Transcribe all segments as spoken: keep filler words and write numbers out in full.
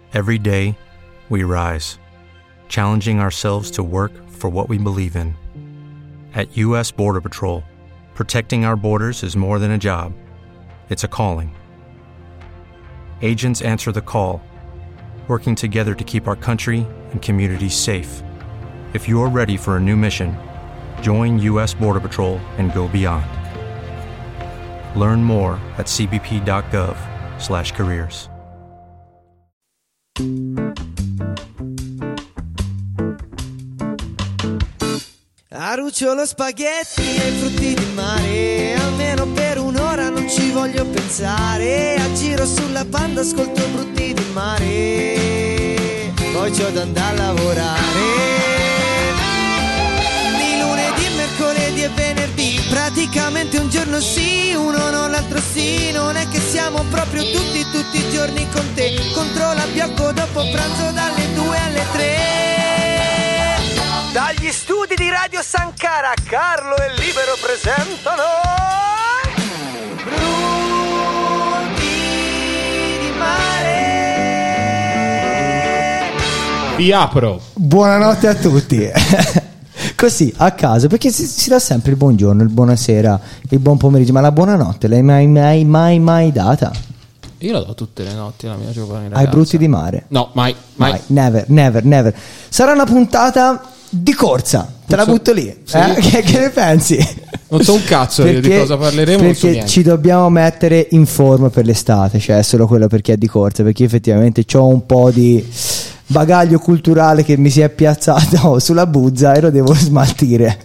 Every day, we rise, challenging ourselves to work for what we believe in. At U S Border Patrol, protecting our borders is more than a job. It's a calling. Agents answer the call, working together to keep our country and communities safe. If you're ready for a new mission, join U S Border Patrol and go beyond. Learn more at c b p dot gov slash careers. Arucciolo spaghetti e frutti di mare, almeno per un'ora non ci voglio pensare. A giro sulla Panda ascolto brutti di mare, poi c'ho da andare a lavorare. Di lunedì, mercoledì e venerdì, praticamente un giorno sì, uno non l'altro sì. Non è che siamo proprio tutti, tutti i giorni con te. Controlla Biocco dopo pranzo dalle due alle tre. Dagli studi di Radio Sankara, Carlo e Libero presentano Brutti di mare. Vi apro. Buonanotte a tutti. Così a caso, perché si, si dà sempre il buongiorno, il buonasera, il buon pomeriggio, ma la buonanotte l'hai mai mai mai mai data? Io la do tutte le notti alla mia giovane ragazza. Ai brutti di mare? No, mai, mai, mai. Never, never, never. Sarà una puntata di corsa, te la butto lì. Sì. Eh? Che, che ne pensi? Non so un cazzo io di cosa parleremo. Non so perché niente. Ci dobbiamo mettere in forma per l'estate, cioè è solo quello perché è di corsa, perché effettivamente c'ho un po' di bagaglio culturale che mi si è piazzato sulla buzza e lo devo smaltire.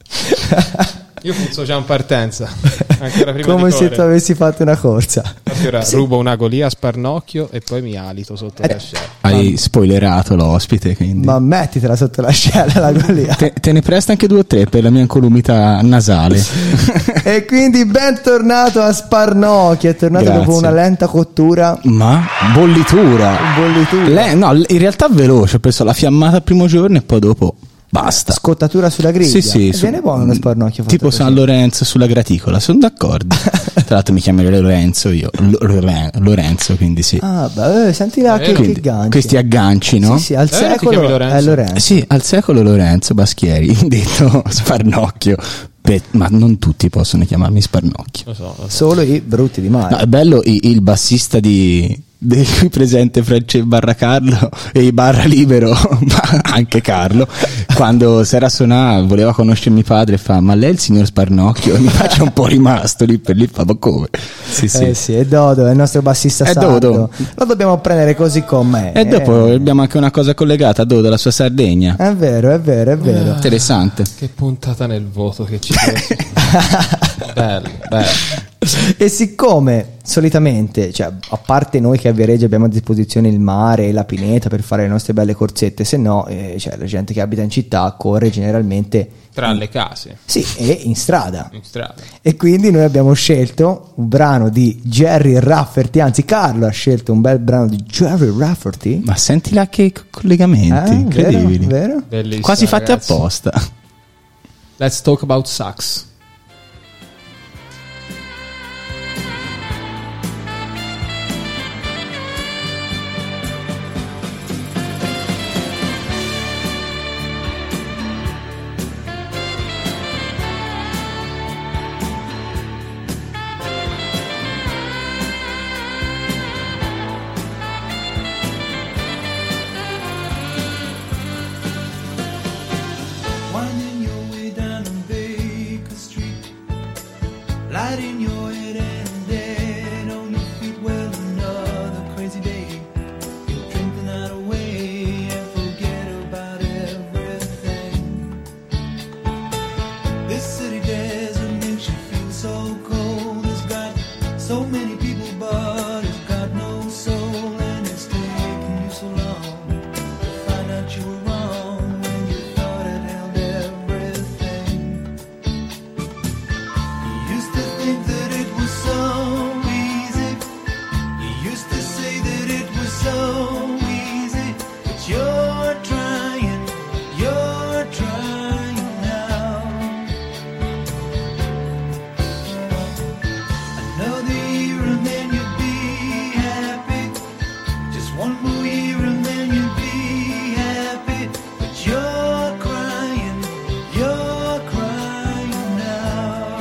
Io penso già in partenza, ancora prima come di se tu avessi fatto una corsa. Ora sì. Rubo una golia a sparnocchio e poi mi alito sotto eh, l'ascella. Hai spoilerato l'ospite, quindi. Ma mettitela sotto l'ascella la golia. Te, te ne presta anche due o tre per la mia incolumità nasale. E quindi bentornato a Sparnocchio. È tornato Grazie. Dopo una lenta cottura. Ma bollitura. Bollitura. Le, no, in realtà veloce. Ho preso la fiammata il primo giorno e poi dopo basta. Scottatura sulla griglia. Sì, sì. E Su, viene buono uno sparnocchio. Tipo così. San Lorenzo sulla graticola. Sono d'accordo. Tra l'altro mi chiamerei Lorenzo io. L- Lorenzo, quindi sì. Ah, beh, senti là che, che ganci. Questi agganci, no? Sì, sì, al Eh, ti chiami secolo Lorenzo? è Lorenzo. Sì, al secolo Lorenzo Baschieri, detto Sparnocchio. Pe- ma non tutti possono chiamarmi Sparnocchio. Lo so, lo so. Solo i brutti di mare. No, è bello il, il bassista di del qui presente Frecce barra Carlo e i barra Libero, ma anche Carlo, quando si era suonato voleva conoscere mio padre e fa: ma lei è il signor Sparnocchio? E mi faccia un po' rimasto lì per lì, fa: ma come? Sì, sì. Eh sì, è Dodo, è il nostro bassista È sardo. Dodo. Lo dobbiamo prendere così com'è. E dopo eh. abbiamo anche una cosa collegata a Dodo, la sua Sardegna. È vero, è vero, è vero. Interessante. Che puntata nel voto che ci deve. Bello, bello. E siccome solitamente, cioè, a parte noi che a Viareggio abbiamo a disposizione il mare e la pineta per fare le nostre belle corsette, se no eh, cioè, la gente che abita in città corre generalmente Tra le case. sì, e in strada. In strada. E quindi noi abbiamo scelto un brano di Gerry Rafferty, anzi Carlo ha scelto un bel brano di Gerry Rafferty. Ma senti là che collegamenti Eh, incredibili, vero, vero? Bellissimo, quasi fatti ragazzi. apposta. Let's talk about sax. Winding your way down in Baker more year and then you'll be happy. But you're crying, you're crying now.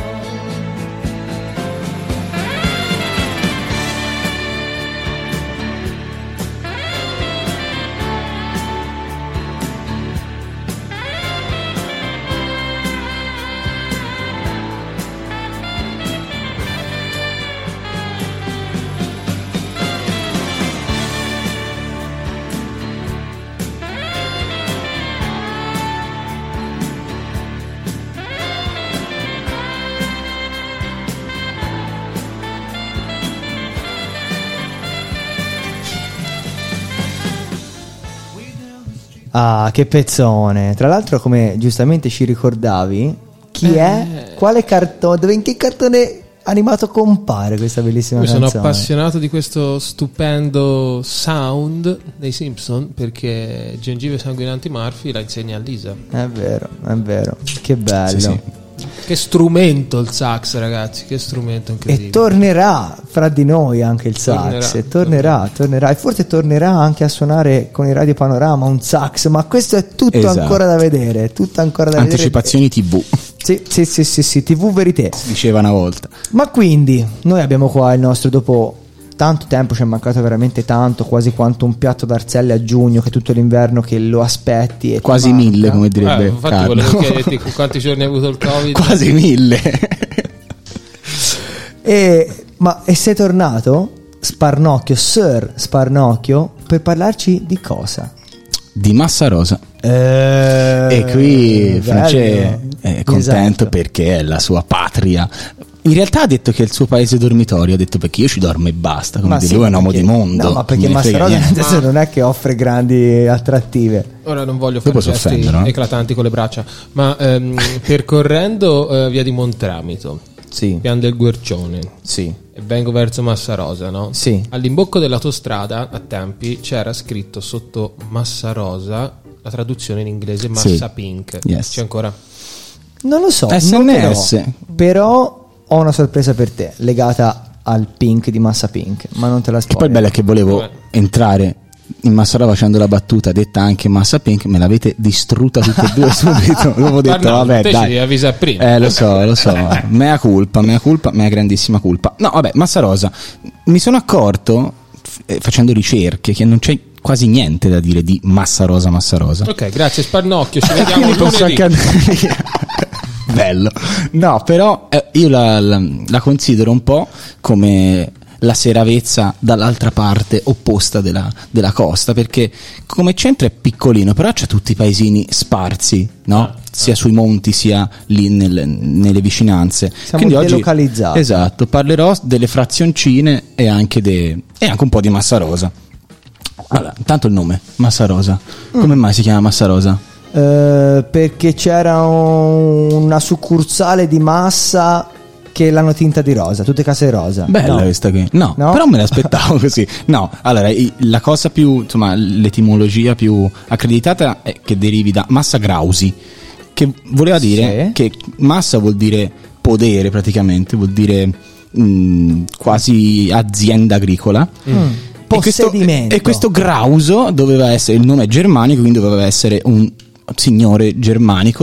Ah, che pezzone. Tra l'altro, come giustamente ci ricordavi, chi Eh. è? Quale cartone? Dove, in che cartone animato compare questa bellissima Io sono canzone? appassionato di questo stupendo sound dei Simpson, perché Gengive Sanguinanti Murphy la insegna a Lisa. È vero, è vero. Che bello. Sì, sì. Che strumento il sax, ragazzi, che strumento incredibile. E tornerà fra di noi anche il sax. Tornerà, e tornerà, tornerà. E forse tornerà anche a suonare con i Radio Panorama un sax. Ma questo è tutto Esatto. ancora da vedere. È tutto ancora da Anticipazioni tivù, vedere. Sì, sì, sì, sì, sì, tivù Verité. diceva una volta. Ma quindi noi abbiamo qua il nostro, dopo tanto tempo, ci è mancato veramente tanto, quasi quanto un piatto d'arzelle a giugno, che tutto l'inverno che lo aspetti e ti Quasi manca. mille, come direbbe Eh, infatti Carlo. volevo chiederti con quanti giorni hai avuto il Covid. Quasi mille. E, ma e sei tornato, Sparnocchio, Sir Sparnocchio, per parlarci di cosa? Di Massa Rosa. Eh, E qui bello. France è contento Esatto. perché è la sua patria. In realtà ha detto che è il suo paese dormitorio, ha detto perché io ci dormo e basta, come Ma dire, sì, lui è un uomo perché- di mondo. No, ma perché non me ne Massa frega Rosa niente. adesso non è che offre grandi attrattive. Ora non voglio fare Dopo si gesti offendono, eh. eclatanti con le braccia, ma ehm, percorrendo eh, via di Montramito, Sì, Pian del Guercione, sì, e vengo verso Massa Rosa, no? sì. All'imbocco dell'autostrada a tempi c'era scritto sotto Massa Rosa la traduzione in inglese Massa Sì. Pink. Yes. C'è ancora? Non lo so, S non N però, S. però ho una sorpresa per te legata al Pink di Massa Pink, ma non te la Che spoiler. poi il bello è che volevo Vabbè. entrare in Massa Rosa facendo la battuta detta anche Massa Pink, me l'avete distrutta tutte e due subito. Dopo ho detto Arnaldo, vabbè te ci dai. devi avvisare prima. Eh lo so, lo so, mea culpa, mea culpa, mea grandissima colpa. No vabbè, Massa Rosa, mi sono accorto eh, facendo ricerche che non c'è quasi niente da dire di Massa Rosa, Massa Rosa. Ok, grazie Sparnocchio, ci vediamo Quindi posso lunedì. anche andare via. Bello. No, però eh, io la, la, la considero un po' come la Seravezza dall'altra parte opposta della, della costa, perché come centro è piccolino, però c'ha tutti i paesini sparsi, no? Ah, sia sui monti sia lì nel- nelle vicinanze. Siamo Quindi oggi, delocalizzati. esatto, parlerò delle frazioncine e anche, de, e anche un po' di Massa Rosa. Allora, intanto il nome, Massa Rosa. Come mai si chiama Massa Rosa? Eh, perché c'era un- una succursale di Massa che l'hanno tinta di rosa, tutte case rosa. Bella No. questa qui. No, No? però me l'aspettavo così. No, allora i- la cosa più, insomma, l'etimologia più accreditata è che derivi da Massa Grausi, che voleva dire Sì. che massa vuol dire podere praticamente, vuol dire mh, quasi azienda agricola. Mm. E questo, Possedimento. e questo Grauso doveva essere, il nome è germanico, quindi doveva essere un signore germanico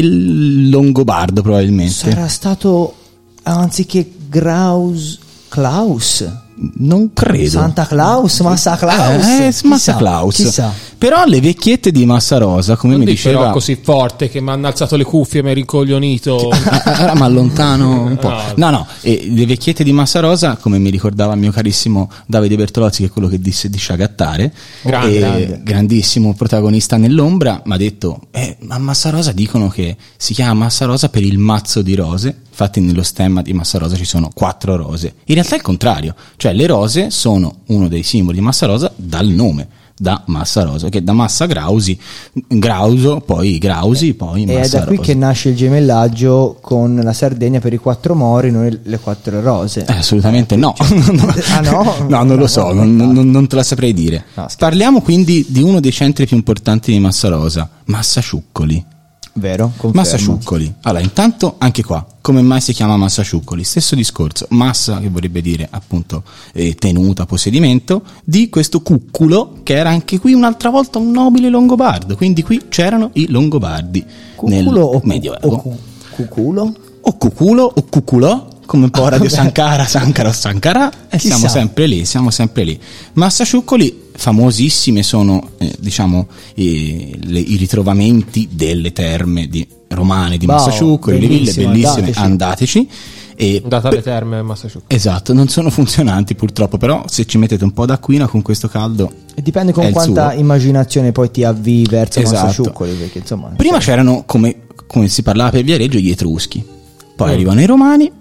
del Longobardo probabilmente. Sarà stato anziché Graus Klaus, Non credo. Santa Claus, Massa Claus, Eh, eh, Massa Chissà, Claus. chissà. Però le vecchiette di Massa Rosa, come Non mi dicevo diceva, così forte che mi hanno alzato le cuffie e mi hai rincoglionito. Ah, ma allontano un po'. No. No, no, e le vecchiette di Massa Rosa, come mi ricordava il mio carissimo Davide Bertolozzi, che è quello che disse di sciagattare, Grande, e grande. grandissimo protagonista nell'ombra, mi ha detto, eh, ma a Massa Rosa dicono che si chiama Massa Rosa per il mazzo di rose. Infatti nello stemma di Massa Rosa ci sono quattro rose. In realtà è il contrario, cioè le rose sono uno dei simboli di Massa Rosa dal nome, da Massa Rosa, che da Massa Grausi, Grauso, poi Grausi, poi E è Massa da qui Rosa. che nasce il gemellaggio con la Sardegna per i quattro mori, noi le quattro rose. Eh, assolutamente no. Ah, no? No, non No, lo so, no, non, no. non- non te la saprei dire. No, scherzo. Parliamo quindi di uno dei centri più importanti di Massa Rosa, Massa Ciuccoli. Vero, confermo. Massasciuccoli. Allora, intanto anche qua, come mai si chiama Massasciuccoli? Stesso discorso, massa che vorrebbe dire appunto eh, tenuta, possedimento di questo cucculo che era anche qui un'altra volta un nobile longobardo, quindi qui c'erano i Longobardi nel Cuculo o, cu- Medioevo. o cu- cuculo? O cuculo o cuculò, come un po' Radio Sankara, Sankara o Sankara, e Chissà. siamo sempre lì, siamo sempre lì. Massasciuccoli, famosissime sono eh, diciamo i, le- i ritrovamenti delle terme di, romane di Wow, Massasciuccoli, le ville bellissimo, bellissime, andateci. andateci. E Andate alle pe- terme a Massasciuccoli. esatto, non sono funzionanti purtroppo, però se ci mettete un po' d'acquina con questo caldo. E dipende È con il quanta suo. immaginazione poi ti avvii verso Esatto. Massasciuccoli, perché insomma... Prima cioè, c'erano, come, come si parlava per Viareggio, gli Etruschi, poi Mm. arrivano i Romani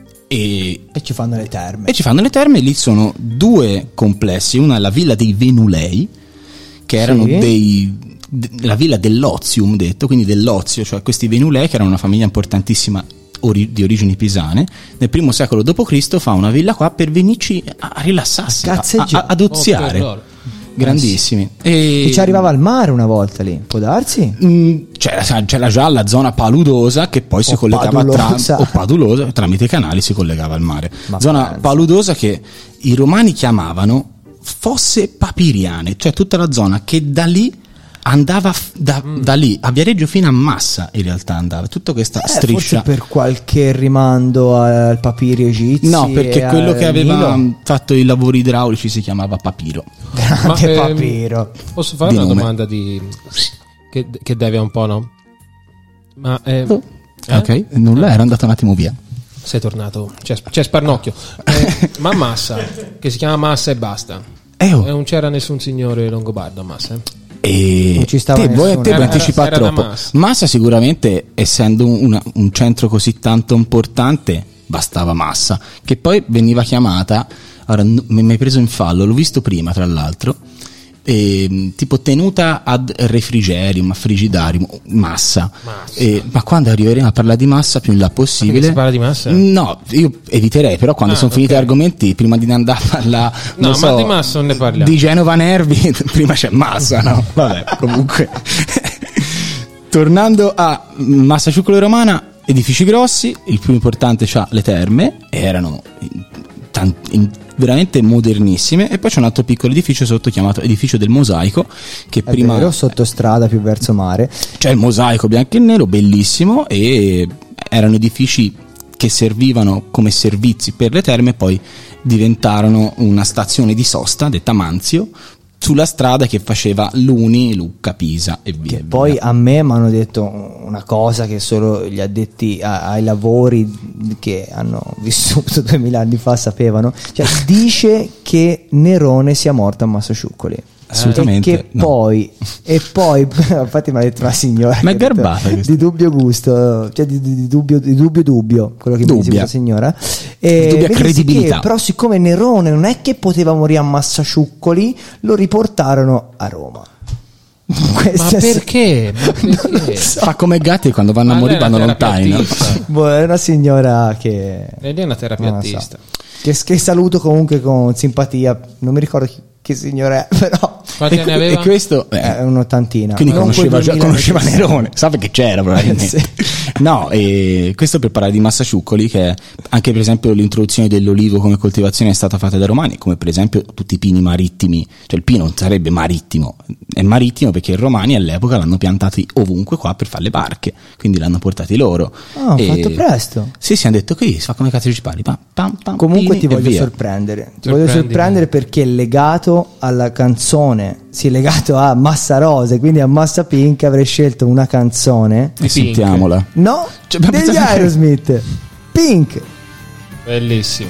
e e ci fanno le terme. E ci fanno le terme, lì sono due complessi, una è la villa dei Venulei, che erano Sì. dei de- la villa dell'ozium detto, quindi dell'ozio, cioè questi Venulei che erano una famiglia importantissima ori- di origini pisane, nel primo secolo dopo Cristo fa una villa qua per venirci a, a rilassarsi, A a, cazzeggiare. a- ad Oh, per oziare, loro. grandissimi. E E ci arrivava al mare una volta lì, può darsi? Mm, c'era, c'era già la zona paludosa che poi si O collegava padulosa. tra, o padulosa, tramite i canali si collegava al mare. Ma Zona pensa. paludosa che i romani chiamavano fosse papiriane, cioè tutta la zona che da lì andava f- da, Mm. da lì a Viareggio fino a Massa, in realtà andava tutta questa Eh, striscia. forse per qualche rimando al papirio egizio. No, perché e quello al che aveva Nilo. fatto i lavori idraulici si chiamava papiro. Grande Ma, ehm, papiro. Posso fare Di una nome. domanda di che, che devia un po', no? Ma eh, Oh. eh? Ok, nulla, era andato un attimo via. Sei tornato, c'è, c'è Sparnocchio. Eh, ma Massa, che si chiama Massa e basta. Eh, oh. E non c'era nessun signore longobardo a Massa. eh? E Non ci stava te vuoi, nessuno. te vuoi Era- anticipare era da troppo. Massa. Massa sicuramente, essendo un, un centro così tanto importante, bastava Massa, che poi veniva chiamata, ora n- mi mi hai preso in fallo, l'ho visto prima tra l'altro, ehm, tipo tenuta ad refrigerium, a frigidarium, Massa. Massa. E- ma quando arriveremo a parlare di Massa più in là possibile. Perché si parla di Massa? No, io eviterei, però quando Ah, sono finiti ok. gli argomenti, prima di andare a parlare No, non ma so, di Massa non ne parliamo. di Genova Nervi, prima c'è Massa, no? Vabbè, comunque. Tornando a Massasciuccoli Romana, edifici grossi, il più importante c'ha le terme, erano in- tan- in- veramente modernissime, e poi c'è un altro piccolo edificio sotto chiamato edificio del mosaico, che È prima vero, sottostrada più verso mare. c'è il mosaico bianco e nero, bellissimo, e erano edifici che servivano come servizi per le terme, poi diventarono una stazione di sosta detta Manzio sulla strada che faceva Luni, Lucca, Pisa e via. Che poi a me mi hanno detto una cosa che solo gli addetti a- ai lavori che hanno vissuto duemila anni fa sapevano. Cioè, dice che Nerone sia morto a Massasciuccoli. Assolutamente E che no. poi, e poi infatti mi ha detto una signora Ma è che ha detto, garbata questa. di dubbio gusto, cioè di, di- di dubbio, di dubbio dubbio, quello che mi dice Dubbia. questa signora. E Dubbia vedi, sì, credibilità. che, però siccome Nerone non è che poteva morire a Massasciuccoli, lo riportarono a Roma. Ma Questa è- perché? Ma perché? Fa come gatti quando vanno a Ma lei morire è una vanno lontani, no? terapeutista. Boh, è una signora che, Lei è una terapeutista. che, che saluto comunque con simpatia. Non mi ricordo chi, che signora è, però Quanti E, anni e aveva? questo eh, è un'ottantina. quindi Non conosceva, quel già, duemila conosceva che- Nerone, sa che c'era probabilmente. Eh, sì. No, e questo per parlare di Massasciuccoli, che anche per esempio l'introduzione dell'olivo come coltivazione è stata fatta dai romani, come per esempio tutti i pini marittimi, cioè il pino non sarebbe marittimo, è marittimo perché i romani all'epoca l'hanno piantati ovunque qua per fare le barche, quindi l'hanno portati loro. Ah, ho E- fatto presto. Sì, sì, hanno detto qui, si fa come cazzo ci pari, pam, pam, pam, Comunque pini ti e voglio via. sorprendere. Ti Sorprendimi. voglio sorprendere perché è legato alla canzone, sì, è legato a Massa Rose, quindi a Massa Pink avrei scelto una canzone. E sentiamola. No, Cioè, ma degli pensavo- Aerosmith. Pink. Bellissimo.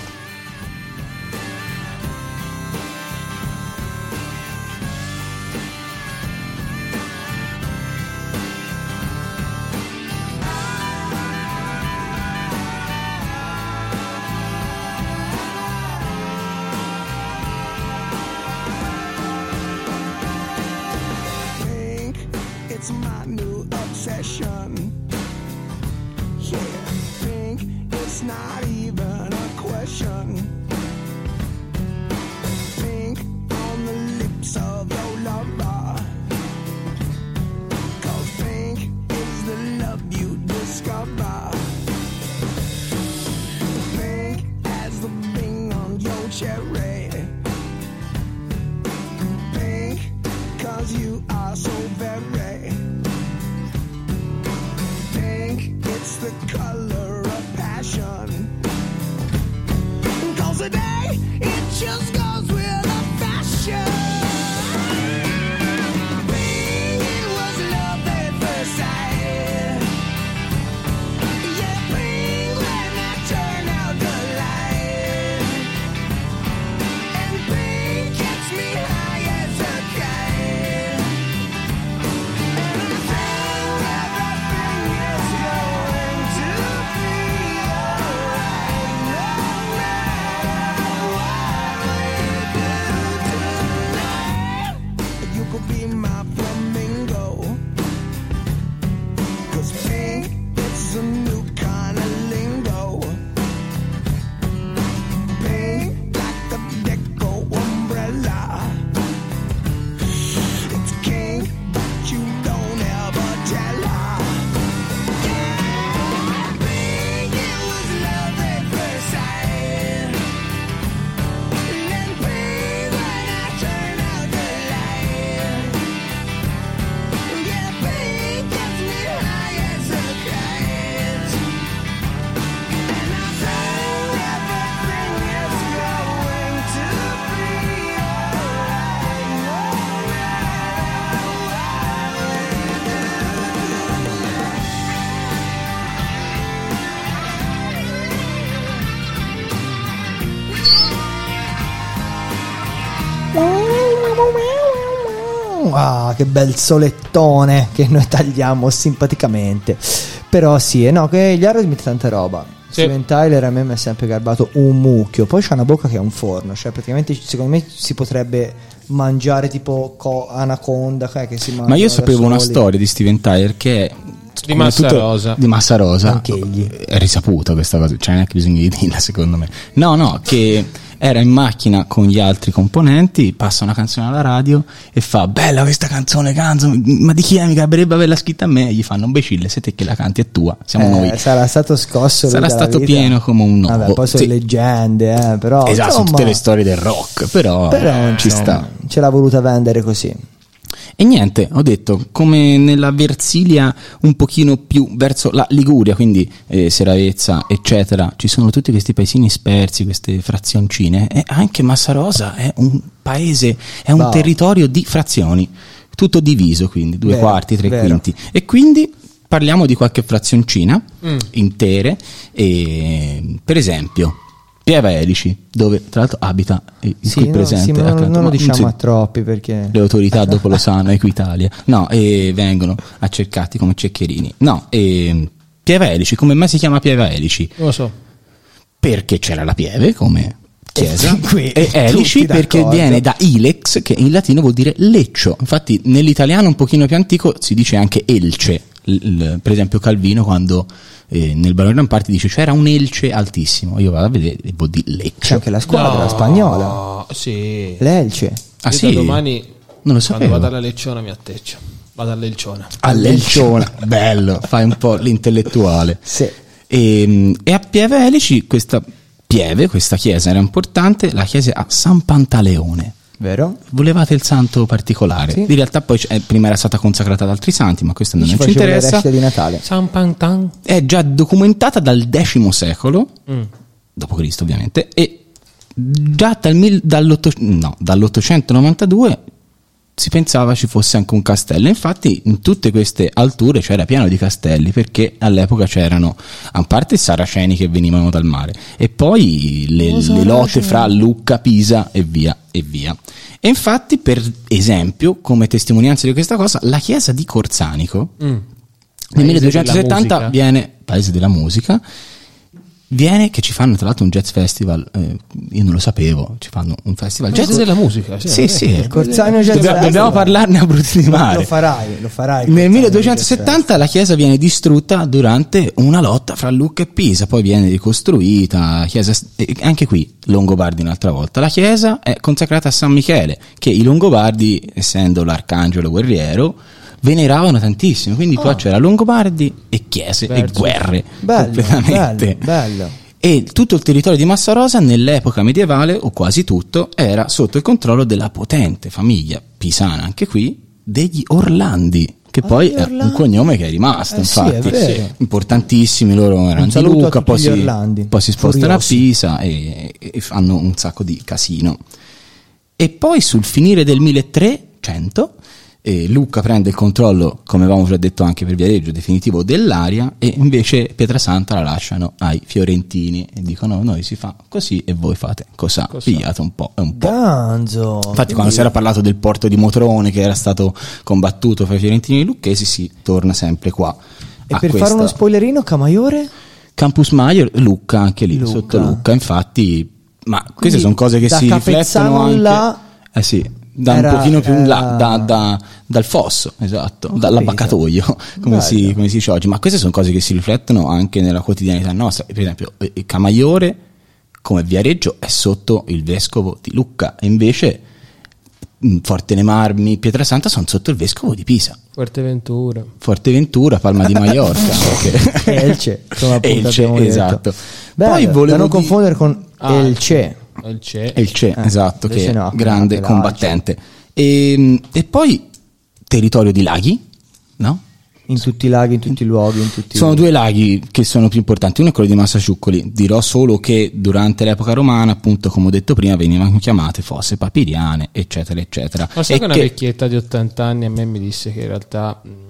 Think it's my new obsession. Yeah, think it's not even a question. Think on the lips of your lover. 'Cause think is the 'cause you are so very pink. It's the color of passion. 'Cause today it just goes with the fashion. Pink, it was love at first sight. Yeah, pink when I turn out the light. And pink gets me high as a kite. And I think everything is going to be alright, no matter what we do tonight. You could be my flamingo, 'cause pink is a new kind of lingo. Pink like the deco umbrella. It's king, but you don't ever tell her. Yeah, pink, it was love at first sight. And pink when I turn out the light. Yeah, pink gets me high as a kite. And I think everything is going to be alright, no matter Ah, che bel solettone che noi tagliamo simpaticamente. Però sì, e no, che gli Aerosmith tanta roba. Sì. Steven Tyler a me mi ha sempre garbato un mucchio. Poi c'ha una bocca che è un forno. Cioè praticamente secondo me si potrebbe mangiare tipo co- anaconda, cioè, che si Ma io mangiano sapevo da una soli. storia di Steven Tyler che è Di come Massa tutto- Rosa. di Massa Rosa. Anch'egli. È risaputa questa cosa, cioè neanche bisogno di dirla secondo me. No, no, che era in macchina con gli altri componenti, passa una canzone alla radio e fa: bella questa canzone, canzo, ma di chi è? Mica dovrebbe averla scritta a me. E gli fanno: imbecille, se te che la canti è tua, siamo Eh, noi. sarà stato scosso lui Sarà dalla stato vita. pieno come un Vabbè, nuovo. poi sono Sì. leggende, eh, però Esatto, sono insomma, tutte le storie del rock, però, però ci insomma, sta. ce l'ha voluta vendere così. E niente, ho detto, come nella Versilia un pochino più verso la Liguria, quindi eh, Seravezza, eccetera, ci sono tutti questi paesini spersi, queste frazioncine, e anche Massarosa è un paese, è un Wow. territorio di frazioni, tutto diviso, quindi due Vero, quarti, tre vero. quinti. E quindi parliamo di qualche frazioncina Mm. intere, e, per esempio Pieve Elici, dove tra l'altro abita il Sì, qui no, presente sì, ma non, accanto, non lo ma diciamo sì. a troppi perché Le autorità dopo lo sanno, Equitalia. No, e vengono accercati come ceccherini. No, e Pieve Elici, come mai si chiama Pieve Elici? Non lo so. Perché c'era la Pieve come chiesa, E qui e Elici tutti perché d'accordo. viene da Ilex, che in latino vuol dire leccio. Infatti nell'italiano un pochino più antico si dice anche Elce. L- l- per esempio Calvino, quando eh, nel Barone Gran Parti dice c'era un Elce altissimo, io vado a vedere e vuol dire c'è leccio. anche la squadra No, spagnola, Sì. l'Elce. Ah, Io sì? da domani, Non lo quando sapevo. vado alla Lecciona, mi atteccio. Vado all'Elciona. All'Elciona, bello, fai un po' l'intellettuale. Sì. E, e a Pieve Elici, questa Pieve, questa chiesa era importante, la chiesa a San Pantaleone. Vero? Volevate il santo particolare? Sì. In realtà poi eh, prima era stata consacrata ad altri santi, ma questo non Ci ci facevo le interessa. recite di Natale. San Pantan. È già documentata dal X secolo, Mm. dopo Cristo ovviamente, e già dal mil- dall'otto- no, dall'ottocentonovantadue si pensava ci fosse anche un castello. Infatti in tutte queste alture c'era pieno di castelli, perché all'epoca c'erano a parte saraceni che venivano dal mare e poi le, le lotte fra Lucca, Pisa e via e via. E infatti, per esempio, come testimonianza di questa cosa, la chiesa di Corsanico Mm. nel Paese milleduecentosettanta della musica. viene paese della musica, viene che ci fanno tra l'altro un jazz festival, eh, io non lo sapevo, ci fanno un festival Paese jazz. della musica. Cioè, Sì, eh. sì, Il Corsano Jazz dobbiamo, Festival. dobbiamo parlarne a brutti di mare. Lo farai, lo farai. il Nel Corsano milleduecentosettanta la chiesa viene distrutta durante una lotta fra Lucca e Pisa, poi viene ricostruita, chiesa, e anche qui Longobardi un'altra volta. La chiesa è consacrata a San Michele, che i Longobardi, essendo l'arcangelo guerriero, veneravano tantissimo, quindi qua c'era Longobardi e chiese e Verso. guerre Bello, completamente. bello, bello. E tutto il territorio di Massarosa nell'epoca medievale, o quasi tutto, era sotto il controllo della potente famiglia pisana, anche qui, degli Orlandi, che Ah, poi gli è un Orlandi. cognome che è rimasto, Eh sì, infatti, è vero. importantissimi loro erano di saluto a Lucca, tutti poi gli si, Orlandi. poi si spostano a Furiosi. Pisa e, e fanno un sacco di casino. E poi sul finire del milletrecento eh, Lucca prende il controllo, come avevamo già detto anche per Viareggio, definitivo dell'area, e invece Pietrasanta la lasciano ai fiorentini e dicono noi si fa così e voi fate cos'ha, pigliate un po' e un po'. Ganzo. Infatti Quindi- quando si era parlato del porto di Motrone che era stato combattuto fra i fiorentini e i lucchesi, si torna sempre qua. E a per questa- fare uno spoilerino, Camaiore? Campus Maior, Lucca, anche lì, Lucca. sotto Lucca, infatti, ma queste Quindi sono cose che da si Capezzano riflettono anche... là eh sì, da era- un pochino più in là, era- da, da- dal fosso, esatto, Ho dall'abbaccatoio, come si, Bello. come si dice oggi. Ma queste sono cose che si riflettono anche nella quotidianità nostra. Per esempio, eh, Camaiore, come Viareggio, è sotto il vescovo di Lucca, e invece mh, Forte Marmi, Pietrasanta sono sotto il vescovo di Pisa. Fuerteventura. Forteventura, Palma di Maiorca, perché- Elce, come appunto Elce, abbiamo detto. esatto. Bello, Poi da volevo non di- confondere con Ah, Elce. Il c'è. E il C E, Eh, esatto, che invece è no, grande anche combattente. E, e poi territorio di laghi, no? In tutti i laghi, in tutti i luoghi, in tutti Sono due laghi che sono più importanti, uno è quello di Massaciuccoli. Dirò solo che durante l'epoca romana, appunto, come ho detto prima, venivano chiamate fosse papiriane, eccetera, eccetera. Ma sai E che una che- vecchietta di ottanta anni a me mi disse che in realtà mh,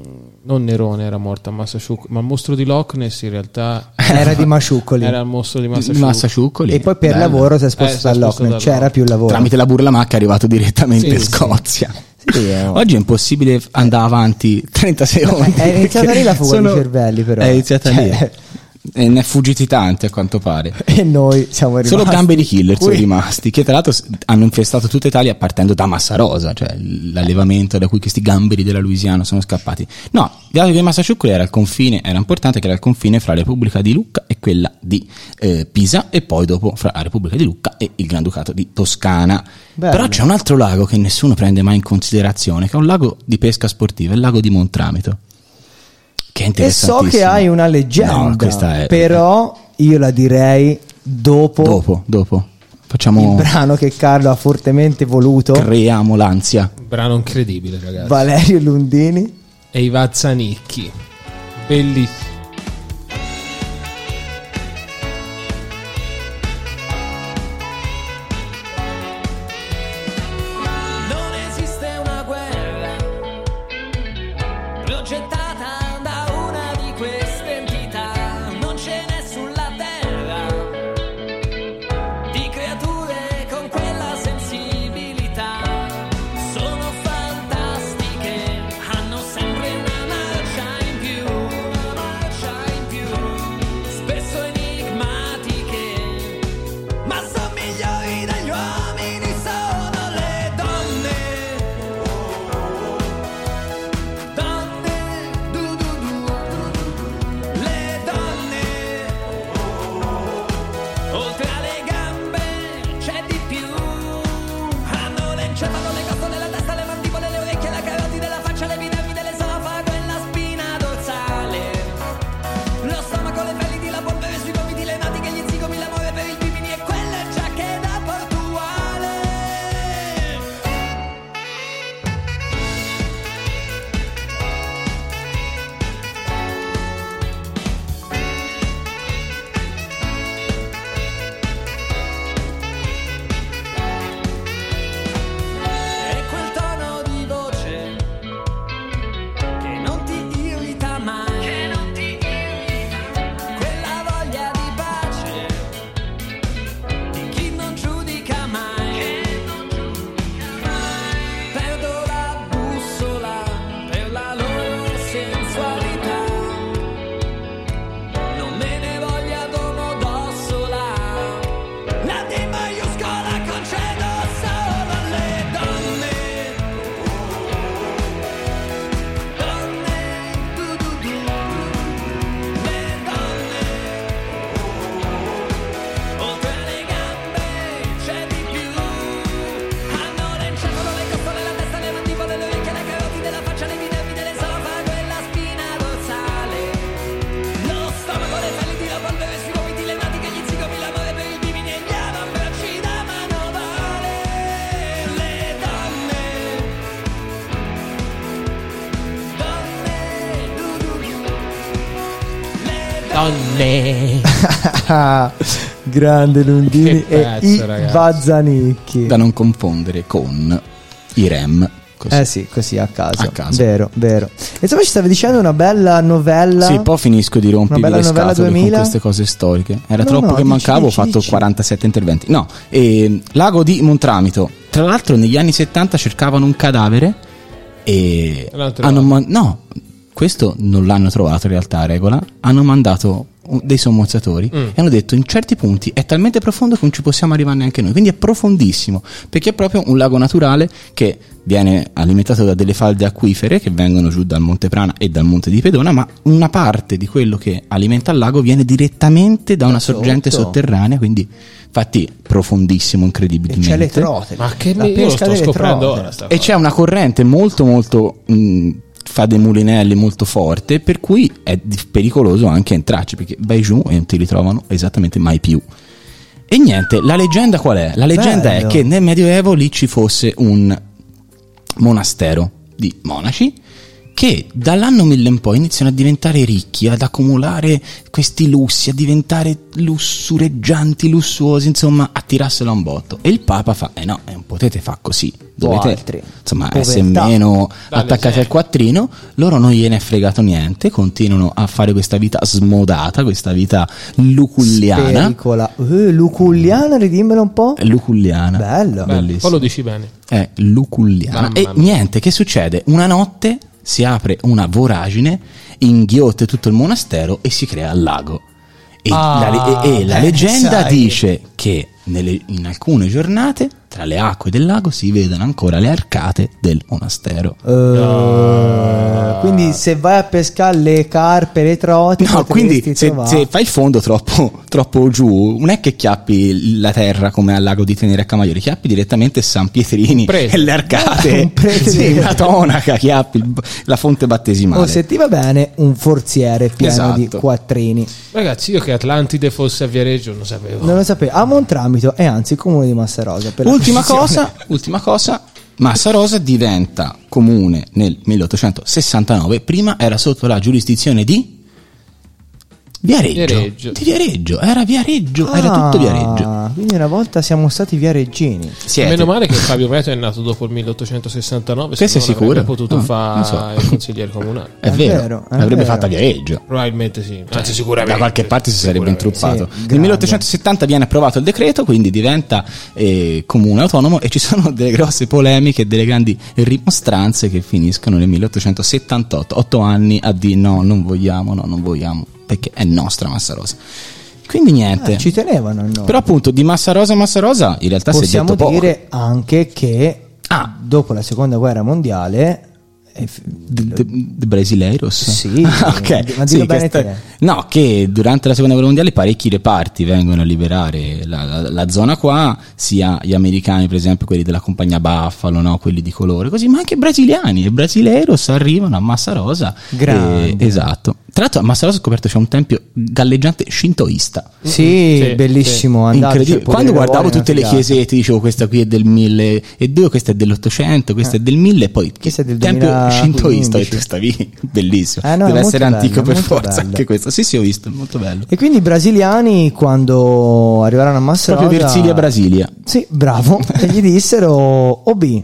non Nerone era morto a Massaciuccoli, ma il mostro di Loch Ness in realtà Era di Masciuccoli. era il mostro di di Massaciuccoli. Massaciuccoli. E poi per Bello. lavoro si è Eh, si spostato è a Loch spostato Ness, da c'era Loch. più lavoro. Tramite la burlamacca è arrivato direttamente Sì, in sì. Scozia. Sì, eh, Oggi è impossibile andare avanti trenta secondi. È iniziata perché lì la fuga sono- dei cervelli, però. È iniziata Cioè- lì. E ne è fuggiti tanti, a quanto pare. E noi siamo rimasti Solo gambe di killer sono qui. rimasti, che tra l'altro s- hanno infestato tutta Italia partendo da Massarosa, cioè l'allevamento da cui questi gamberi della Louisiana sono scappati. No, dato che Massaciuccoli era al confine, era importante che era al confine fra la Repubblica di Lucca e quella di eh, Pisa, e poi dopo fra la Repubblica di Lucca e il Granducato di Toscana. Bello. Però c'è un altro lago che nessuno prende mai in considerazione, che è un lago di pesca sportiva, il lago di Montramito. Che è E so interessantissimo. che hai una leggenda, No, questa è però io la direi dopo, dopo, dopo. Facciamo il brano che Carlo ha fortemente voluto, creiamo l'ansia. Brano incredibile, ragazzi. Valerio Lundini. E i Vazzanicchi. Bellissimo. Non esiste una guerra progettata da una di queste entità, non ce n'è sulla terra di creature con quella sensibilità. Sono fantastiche, hanno sempre una marcia in più, donne. Grande Lundini Che e pezzo, i ragazzi. Bazzanicchi. Da non confondere con i Rem. Così. Eh sì, così a caso. A caso. Vero, vero. E insomma ci stavi dicendo una bella novella. Sì, poi finisco di rompervi Una bella le novella scatole duemila? con queste cose storiche. Era No, troppo no, che dici, mancavo, dici, ho fatto dici. quarantasette interventi. No, e, Lago di Montramito. Tra l'altro negli anni settanta cercavano un cadavere e L'hanno trovato. hanno man- no, questo non l'hanno trovato in realtà a regola. Hanno mandato un- dei sommozzatori Mm. e hanno detto in certi punti è talmente profondo che non ci possiamo arrivare neanche noi, quindi è profondissimo perché è proprio un lago naturale che viene alimentato da delle falde acquifere che vengono giù dal Monte Prana e dal Monte di Pedona, ma una parte di quello che alimenta il lago viene direttamente da una Da sorgente sotto. sotterranea, quindi infatti profondissimo, E incredibilmente. c'è le trote. Ma che La mi- io lo pesca sto delle scoprendo trote. ora sta E cosa. c'è una corrente molto molto mh, fa dei mulinelli molto forte, per cui è di- pericoloso anche entrarci perché vai giù e non ti ritrovano esattamente mai più. E niente, la leggenda qual è? La leggenda Bello. è che nel Medioevo lì ci fosse un monastero di monaci che dall'anno mille in poi iniziano a diventare ricchi, ad accumulare questi lussi, a diventare lussureggianti, lussuosi, insomma, a tirarsela un botto. E il Papa fa: eh no, eh, non potete fare così, dovete altri. insomma Povertà. essere meno Dalle attaccati esempio. al quattrino. Loro non gliene è fregato niente, continuano a fare questa vita smodata, questa vita luculliana. Spericola. Eh, luculliana, ridimmelo un po'. Luculliana. Bello. Bello, Bellissimo. poi lo dici bene. È luculliana. Mamma E mia. niente, che succede? Una notte si apre una voragine, inghiotte tutto il monastero e si crea il lago. E Ah, la, e- e la beh, leggenda sai. dice che nelle- in alcune giornate tra le acque del lago si vedono ancora le arcate del monastero. Eh, quindi se vai a pescare le carpe, le trote, No, quindi potresti se, trovare- se fai il fondo troppo, troppo giù, non è che chiappi la terra come al lago di Tenere a Camaiore, chiappi direttamente San Pietrini prete. e le arcate, Un prete sì, di- una tonaca, chiappi il- la fonte battesimale. o se ti va bene un forziere pieno Esatto. di quattrini. Ragazzi, io che Atlantide fosse a Viareggio non sapevo. Non lo sapevo. A Montramito è anzi il comune di Massarosa. Per la Ultima precisione. cosa, ultima cosa, Massa Rosa diventa comune nel milleottocentosessantanove, prima era sotto la giurisdizione di Viareggio. Viareggio. Di Viareggio, era Viareggio, era tutto Viareggio. Ah, quindi una volta siamo stati viareggini. Siete. Meno male che Fabio Meto è nato dopo il milleottocentosessantanove. Questo è se no non sicuro? avrebbe potuto No, fare non so. il consigliere comunale. È, È vero, vero, è l'avrebbe vero. fatta a Viareggio. Probabilmente sì. Anzi, sicuramente. Da qualche parte si sarebbe Sicuramente. intruppato. Sì, Nel grande. milleottocentosettanta viene approvato il decreto, quindi diventa eh, comune autonomo e ci sono delle grosse polemiche e delle grandi rimostranze che finiscono nel milleottocentosettantotto. Otto anni a dire no, non vogliamo, no, non vogliamo, perché è nostra Massa Rosa. Quindi niente. Eh, ci tenevano no? Però appunto di Massa Rosa a Massa Rosa in realtà si è possiamo detto poco. dire anche che Ah. dopo la seconda guerra mondiale eh, f- De, de- de Brasileiros? Sì, ok. ma Sì, dillo che bene sta- te. no, che durante la seconda guerra mondiale parecchi reparti vengono a liberare la, la- la zona qua, sia gli americani per esempio, quelli della compagnia Buffalo, no? Quelli di colore, così, ma anche i brasiliani, i Brasileiros arrivano a Massa Rosa. Grande. E- esatto. Tra l'altro a Massa Rosa ho scoperto c'è un tempio galleggiante shintoista. sì, Sì, bellissimo andato, Incredibile. cioè, Quando potere guardavo lavoro è tutte le una figata. chiesette dicevo questa qui è del mille e due, questa è dell'ottocento, questa è del mille, poi Questa è del tempio duemilaquindici. shintoista, ho detto, stavi bellissimo. Eh no, è deve molto essere bello, antico è per molto forza bello. anche questo. Sì, sì, ho visto, è molto bello. E quindi i brasiliani quando arrivarono a Massa Proprio Rosa Versilia Brasilia. sì, bravo, e gli dissero O B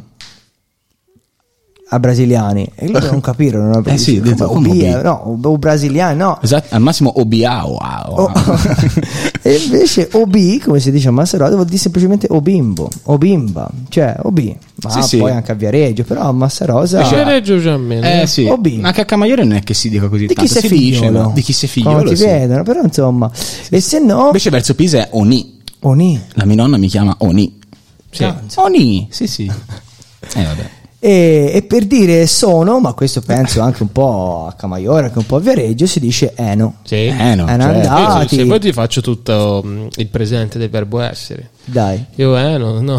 a brasiliani e loro non capirono no? Eh sì, Come detto, come O B, O B? eh, no, o brasiliani no. Esatto, al massimo Obiao. O- e invece O B, come si dice a Massa Rosa, vuol dire semplicemente O bimbo, O bimba, cioè O B, ma Sì, sì. poi anche a Viareggio, però a Massa Rosa Viareggio già meno. Eh sì, O B. anche a Camaiore non è che si dica così di chi tanto, sei si dice, figliolo, no? Di chi sei quando figliolo, ti sì. vedono, però insomma, e se no Invece verso Pisa è Oni. Oni. La mia nonna mi chiama Oni. Sì. Oni, sì sì. Eh vabbè. E, e per dire sono, ma questo penso anche un po' a Camaiore, anche un po' a Viareggio, si dice Eno. Sì. Eh no, È certo. andata. Io, se, dati. se poi ti faccio tutto mm, il presente del verbo essere. Dai. Io eh no, no.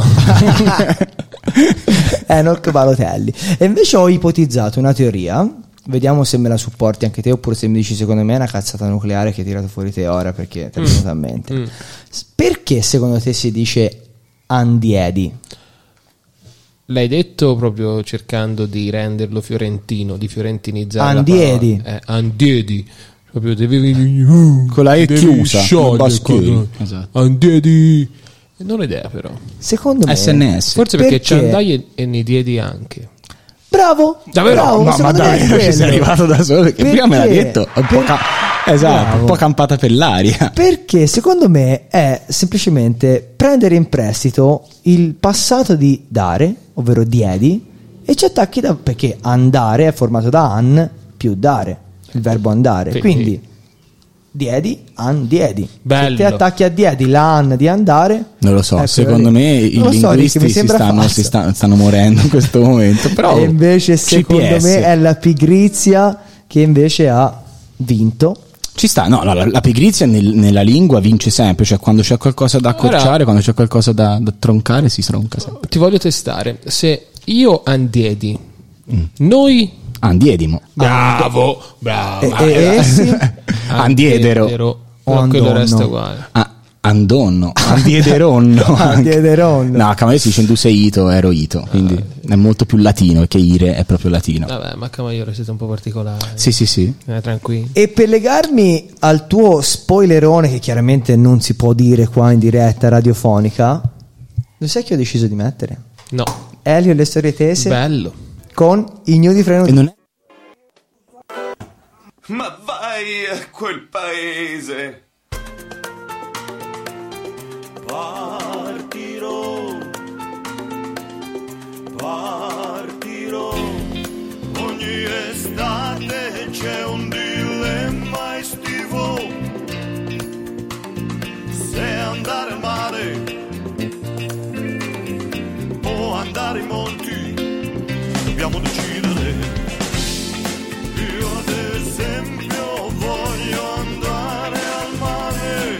Enoch Balotelli. E invece ho ipotizzato una teoria, vediamo se me la supporti anche te oppure se mi dici secondo me è una cazzata nucleare che hai tirato fuori te ora perché te è venuta a mente. Mm. S- Perché secondo te si dice Andiedi? L'hai detto proprio cercando di renderlo fiorentino, di fiorentinizzare. la Andiedi. parola. Eh, Andiedi. proprio devi Con la E devi chiusa, sciogliere non bascheri. il quadro. Esatto. Andiedi. Non ho idea però. Secondo me S N S. Forse perché, Perché? ci andai e, e ne diedi anche. Bravo, Davvero? bravo, ma, ma secondo me è davvero ci sei quello. arrivato da solo? Che prima me l'ha Perché? detto. Un po' Per- ca- esatto, Bravo. un po' campata per l'aria. Perché secondo me è semplicemente prendere in prestito il passato di dare, ovvero diedi, e ci attacchi da, perché andare è formato da an più dare, il verbo andare. Quindi- Quindi diedi, an, diedi. Bello. Se ti attacchi a diedi la an di andare, Non lo so, ecco secondo lì. me i Non lo so, Rick, linguisti mi si, sembra stanno, falso. si sta- stanno morendo in questo momento. Però E invece secondo C P S. me è la pigrizia che invece ha vinto. Ci sta, no, no, la, la pigrizia nel- nella lingua vince sempre, cioè quando c'è qualcosa da accorciare, Ora- quando c'è qualcosa da, da troncare si stronca sempre. Ti voglio testare. Se io andiedi, noi Andiedimo. bravo, bravo. E, e essi Andiedero. O No, quello andonno. resta uguale. Ah, andonno. Andiederonno. Andiederonno. No, come si dice tu sei ito, ero ito, quindi è molto più latino, che ire è proprio latino. Vabbè, ma Camaiore siete un po' particolari. Sì, sì, sì. Eh, tranquilli. E per legarmi al tuo spoilerone, che chiaramente non si può dire qua in diretta radiofonica, lo sai che ho deciso di mettere? No, Elio e le storie tese bello. con i gnudi freno E non è Ma vai a quel paese. Partirò, partirò. Ogni estate c'è un dilemma estivo. Se andare al mare o andare ai monti, dobbiamo decidere. Io ad esempio voglio andare al mare,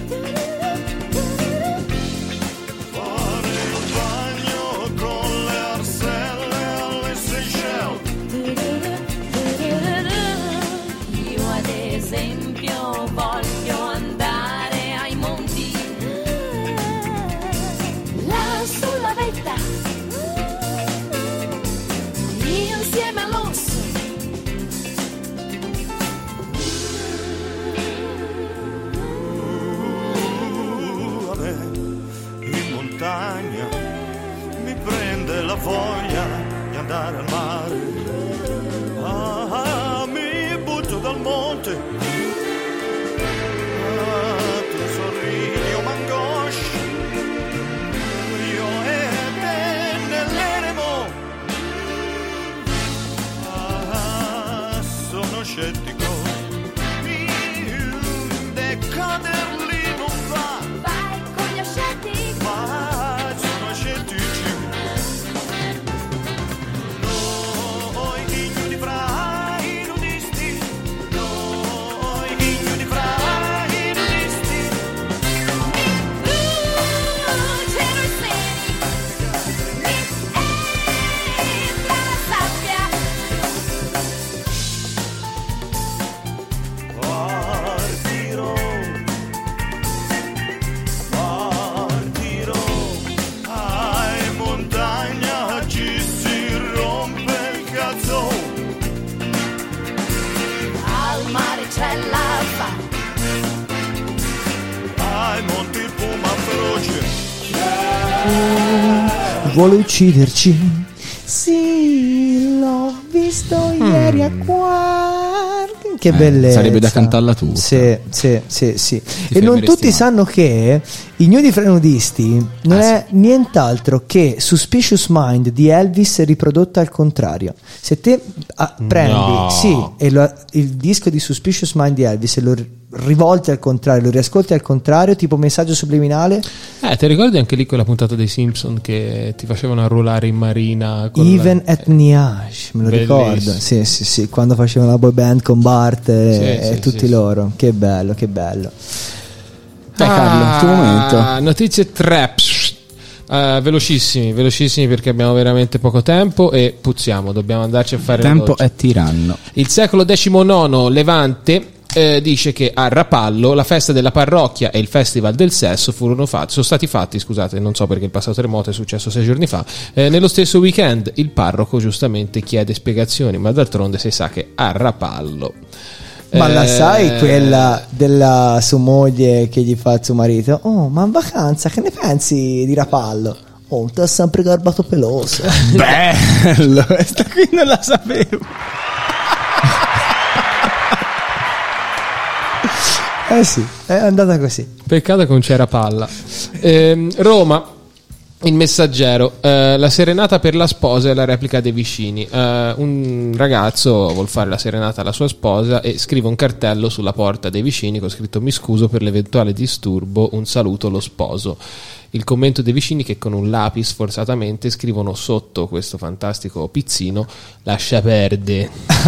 fare il bagno con le arselle alle Seychelles. Io ad esempio voglio andare ai monti, là sulla vetta, insieme all'orso. Uh, a me in montagna mi prende la voglia di andare al mare. Ah, mi butto dal monte. Ah, tu sorridi, io m'angoscio. Io e te nell'eremo. Ah, sono scettico. Decadere lì non va. Vai con gli ascetti, Ma sono scettici. Noi ignudi fra i nudisti. Noi ignudi fra i nudisti. cielo e seni, mi entra la sabbia. Partirò. Partirò. Ah, in montagna ci si rompe il cazzo. Al mare c'è l'alba, Ai monti il puma feroce. vuole ucciderci. Sì, l'ho visto ieri a Quark. Che Eh, bellezza. sarebbe da cantarla tutta. Sì, sì, sì, sì. E non fermeresti tutti male. sanno che i gnudi frenudisti non Ah, è nient'altro che Suspicious Mind di Elvis riprodotta al contrario. Se te ah, prendi No. sì, e lo- il disco di Suspicious Mind di Elvis e lo ri- rivolti al contrario, lo riascolti al contrario, tipo messaggio subliminale, Eh, ti ricordi anche lì quella puntata dei Simpson che ti facevano arruolare in marina con Even la- at Niage, me lo Bellissimo. ricordo. Sì, sì, sì, quando facevano la boy band con Bart e, Sì, e sì, tutti sì, sì. loro. Che bello, che bello. Dai, Carlo, il tuo momento. Ah, Notizie tre. Eh, velocissimi, velocissimi perché abbiamo veramente poco tempo e puzziamo, dobbiamo andarci a fare la Tempo doccia. è tiranno. Il secolo diciannove Levante eh, dice che a Rapallo la festa della parrocchia e il festival del sesso furono fatti, sono stati fatti, scusate, non so perché il passato remoto è successo sei giorni fa, eh, nello stesso weekend. Il parroco giustamente chiede spiegazioni, ma d'altronde si sa che a Rapallo Ma la Eh, sai quella della sua moglie che gli fa il suo marito? Oh, ma in vacanza che ne pensi di Rapallo? Oh, ti ha sempre garbato peloso. Bello, questa qui non la sapevo. Eh sì, è andata così. Peccato che non c'era palla. Ehm, Roma, il Messaggero, eh, la serenata per la sposa e la replica dei vicini. Eh, un ragazzo vuol fare la serenata alla sua sposa e scrive un cartello sulla porta dei vicini con scritto: mi scuso per l'eventuale disturbo, un saluto lo sposo. Il commento dei vicini, che con un lapis forzatamente scrivono sotto questo fantastico pizzino: lascia perde.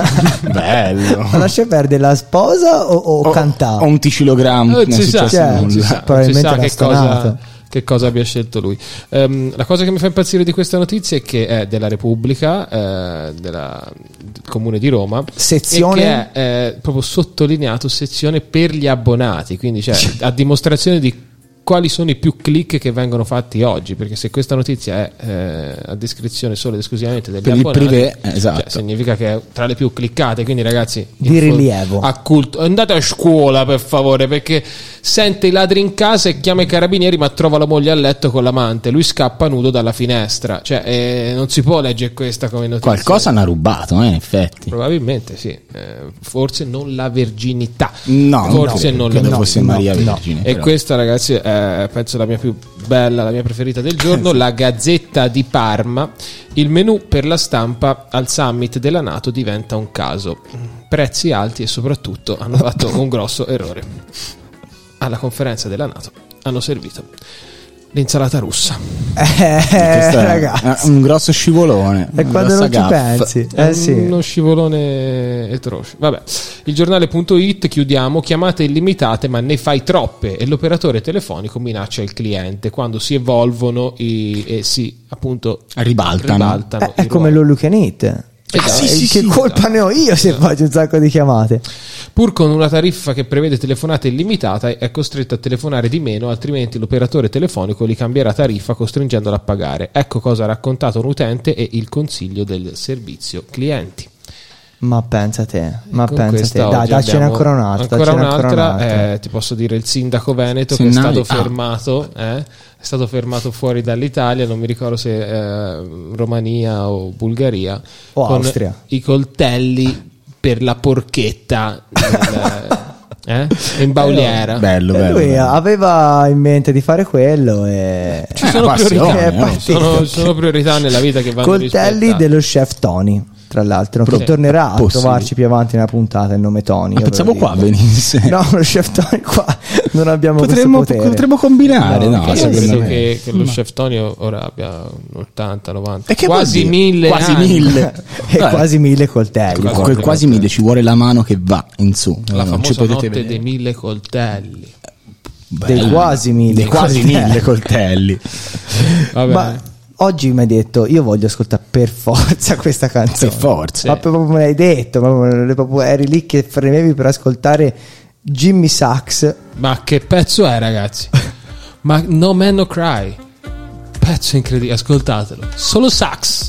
Bello. Ma lascia perdere la sposa o, o cantava? Ho un ticilogrammo. Eh, non è si sa, successo Cioè, non si nulla. sa, non si probabilmente sa l'ha che stonato. cosa, che cosa abbia scelto lui. Ehm, la cosa che mi fa impazzire di questa notizia è che è della Repubblica, eh, della, del Comune di Roma, Sezione? e che è eh, proprio sottolineato sezione per gli abbonati, quindi cioè, a dimostrazione di quali sono i più click che vengono fatti oggi, perché se questa notizia è eh, a descrizione solo ed esclusivamente degli Per il abbonati, privé, esatto. cioè, significa che è tra le più cliccate, quindi ragazzi, Di in fo- rilievo. a culto, andate a scuola per favore, perché sente i ladri in casa e chiama i carabinieri, ma trova la moglie a letto con l'amante, lui scappa nudo dalla finestra, cioè eh, non si può leggere questa come notizia. Qualcosa hanno rubato, eh, in effetti. Probabilmente sì. Eh, forse non la verginità, No, forse no, non credo la fosse no, Maria no. Vergine. e però. questa, ragazzi, è penso la mia più bella, la mia preferita del giorno. La Gazzetta di Parma: il menù per la stampa al summit della NATO diventa un caso, prezzi alti e soprattutto hanno fatto un grosso errore. Alla conferenza della NATO hanno servito l'insalata russa. Eh, Questo è ragazzi. un grosso scivolone. E una quando non grossa ci gaffa. pensi, È eh sì. uno scivolone atroce. Vabbè, il giornale.it, chiudiamo: chiamate illimitate ma ne fai troppe, e l'operatore telefonico minaccia il cliente quando si evolvono i, e si appunto Ribaltano. ribaltano Eh, è i come ruoli. l'All You Can Eat. Esatto. sì, sì, che sì, colpa ne ho io se faccio un sacco di chiamate? Pur con una tariffa che prevede telefonate illimitate, è costretto a telefonare di meno, altrimenti l'operatore telefonico gli cambierà tariffa costringendolo a pagare. Ecco cosa ha raccontato un utente e il consiglio del servizio clienti. Ma pensa te, ma Con pensa te. questa Dai, oggi daccene abbiamo ancora un'altra. ancora daccene un'altra, ancora un'altra. eh, ti posso dire il sindaco veneto Sì, che è Nani- stato ah. fermato, eh, è stato fermato fuori dall'Italia, non mi ricordo se eh, Romania o Bulgaria, O con Austria. i coltelli per la porchetta nel- eh, in bauliera. Bello, E bello. lui bello. aveva in mente di fare quello e Ci Eh, sono una passione, priorità, è oh. partito. sono, sono priorità nella vita che vanno coltelli rispettate. dello chef Tony, tra l'altro, che Sì. tornerà a Possibile. trovarci più avanti nella puntata il nome Tony. Ma io ve pensavo lo qua dico. venisse. No, lo chef Tony qua non abbiamo potremmo, questo potere. potremmo combinare, no? Io secondo credo me. che, che lo chef Tony ora abbia ottanta novanta, E che quasi vuol dire? mille Quasi anni. mille. E Vabbè. quasi mille coltelli. Quasi Quel quasi mille, ci vuole la mano che va in su. La non ci famosa potete notte vedere. dei mille coltelli. Dei Bello. quasi mille Dei quasi coltelli. mille coltelli. Vabbè. Ma oggi mi hai detto, io voglio ascoltare per forza questa canzone. Per forza. Ma proprio me l'hai detto, proprio, proprio eri lì che fremevi per ascoltare Jimmy Sax. Ma che pezzo è, ragazzi? Ma No Man No Cry, pezzo incredibile, ascoltatelo, solo sax.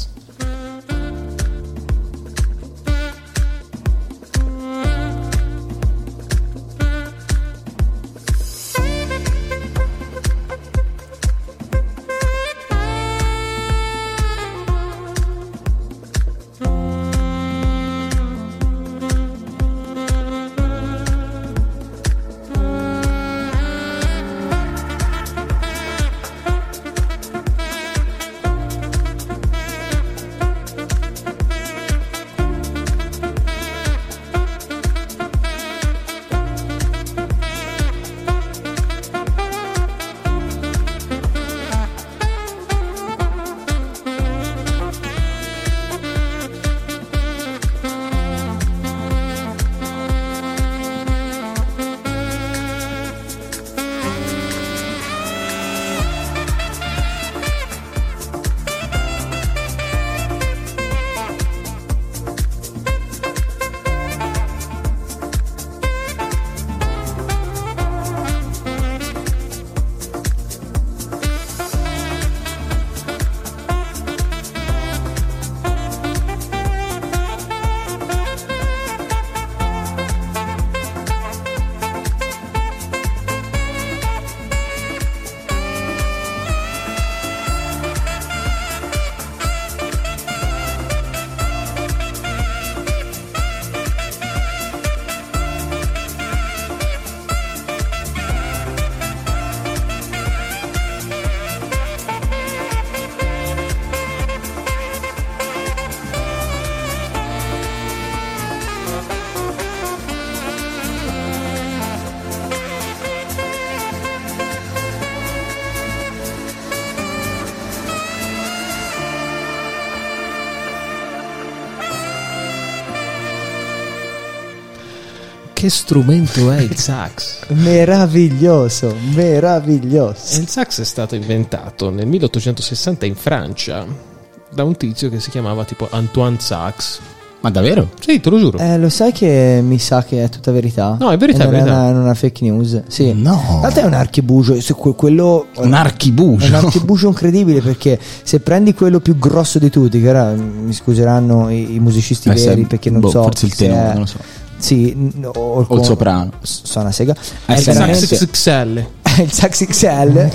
Che strumento è il sax? Meraviglioso, meraviglioso. Il sax è stato inventato nel milleottocentosessanta in Francia da un tizio che si chiamava tipo Antoine Sax. Ma davvero? Sì, te lo giuro. Eh, lo sai che mi sa che è tutta verità? No, è verità, E non è verità. Una, non una fake news. Sì. No. In realtà è un archibugio. se que- quello, Un archibugio. È un archibugio incredibile, perché se prendi quello più grosso di tutti, che ora mi scuseranno i, i musicisti Eh, se- veri, perché non boh, so forse il se tenore, è- non lo so. Sì, n- o, O il con- soprano. s- Suona sega. Eh, È sì, veramente- Sax X L. il Sax X L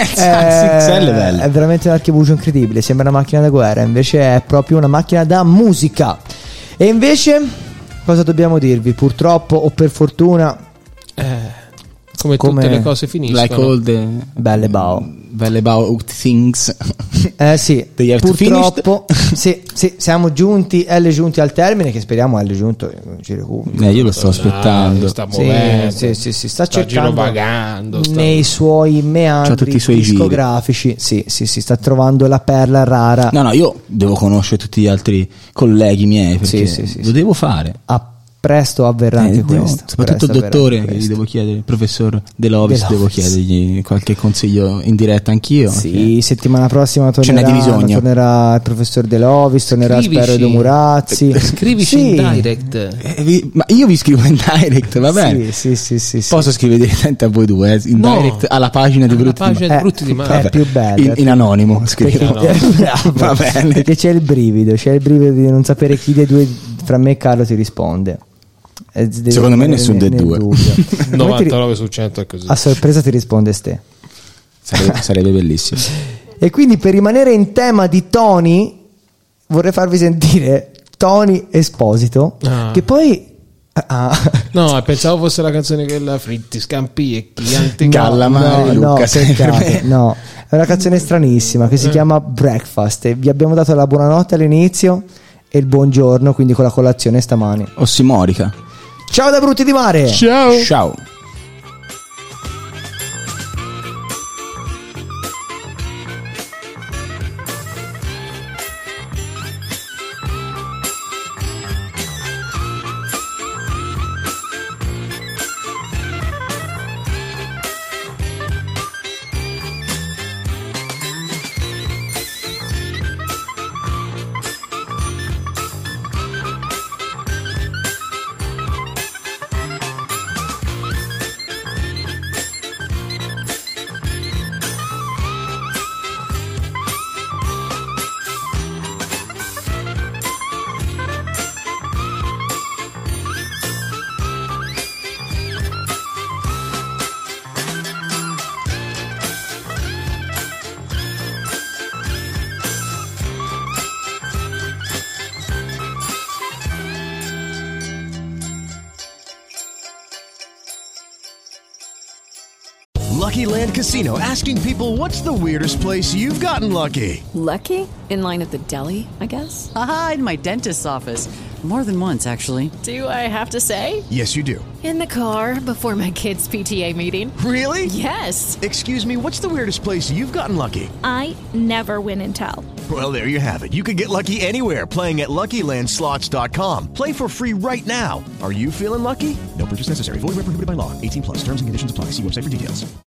Sax X L è bello. è veramente un archibugio incredibile, sembra una macchina da guerra, invece è proprio una macchina da musica. E invece cosa dobbiamo dirvi? Purtroppo o per fortuna, Eh, come, Come- tutte le cose finiscono. Like all the belle bao. belle about things. Eh sì, They have to purtroppo sì, sì, siamo giunti, L giunti al termine, che speriamo L giunto eh, ci recuperi. Eh, io lo sto aspettando. Sta Sì, muovendo, sì, sì, sì, sta sta cercando girovagando, sta- nei suoi C'ha meandri tutti i suoi giri. discografici. Sì, sì, sì, sta trovando la perla rara. No, no, io devo conoscere tutti gli altri colleghi miei perché Sì, sì, sì, lo sì. devo fare. A presto avverrà anche Eh, devo- questo. soprattutto il presto avverrà dottore anche che gli questo. devo chiedere, il professor De Lovis, De devo Lovis. chiedergli qualche consiglio in diretta anch'io. Sì, settimana prossima Ce n'è tornerà, di bisogno. tornerà il professor De Lovis, tornerà Scrivici. spero Edo Murazzi. Scrivici Sì. in direct. Eh, vi- ma io vi scrivo in direct, va bene? Sì, sì, sì, sì, sì. Posso scrivere direttamente a voi due, eh, in No. direct alla pagina di Alla Brutti di pagina Mare. di Brutti di Mare. È più bello. In, in anonimo Perché, scrivo. bravo. Va bene. Perché c'è il brivido, c'è il brivido di non sapere chi dei due fra me e Carlo ti risponde. Eh, devi Secondo me rimanere nessun nel- dei nel due. dubbio. Come ti ri- novantanove su cento è così. a sorpresa ti risponde ste. Sarebbe, sarebbe bellissimo. E quindi, per rimanere in tema di Tony, vorrei farvi sentire Tony Esposito, Ah. che poi ah, No, pensavo fosse la canzone quella Fritti, Scampi e Chianti. Calamari, no, Luca, no, sempre. peccato, no, è una canzone stranissima che si chiama Breakfast, e vi abbiamo dato la buonanotte all'inizio e il buongiorno, quindi con la colazione stamani. Ossimorica. Ciao da Brutti di Mare. Ciao. Ciao. Lucky Land Casino, asking people, what's the weirdest place you've gotten lucky? Lucky? In line at the deli, I guess? Aha, in my dentist's office. More than once, actually. Do I have to say? Yes, you do. In the car before my kids' P T A meeting. Really? Yes. Excuse me, what's the weirdest place you've gotten lucky? I never win and tell. Well, there you have it. You can get lucky anywhere, playing at Lucky Land Slots dot com. Play for free right now. Are you feeling lucky? No purchase necessary. Void where prohibited by law. eighteen plus. Terms and conditions apply. See website for details.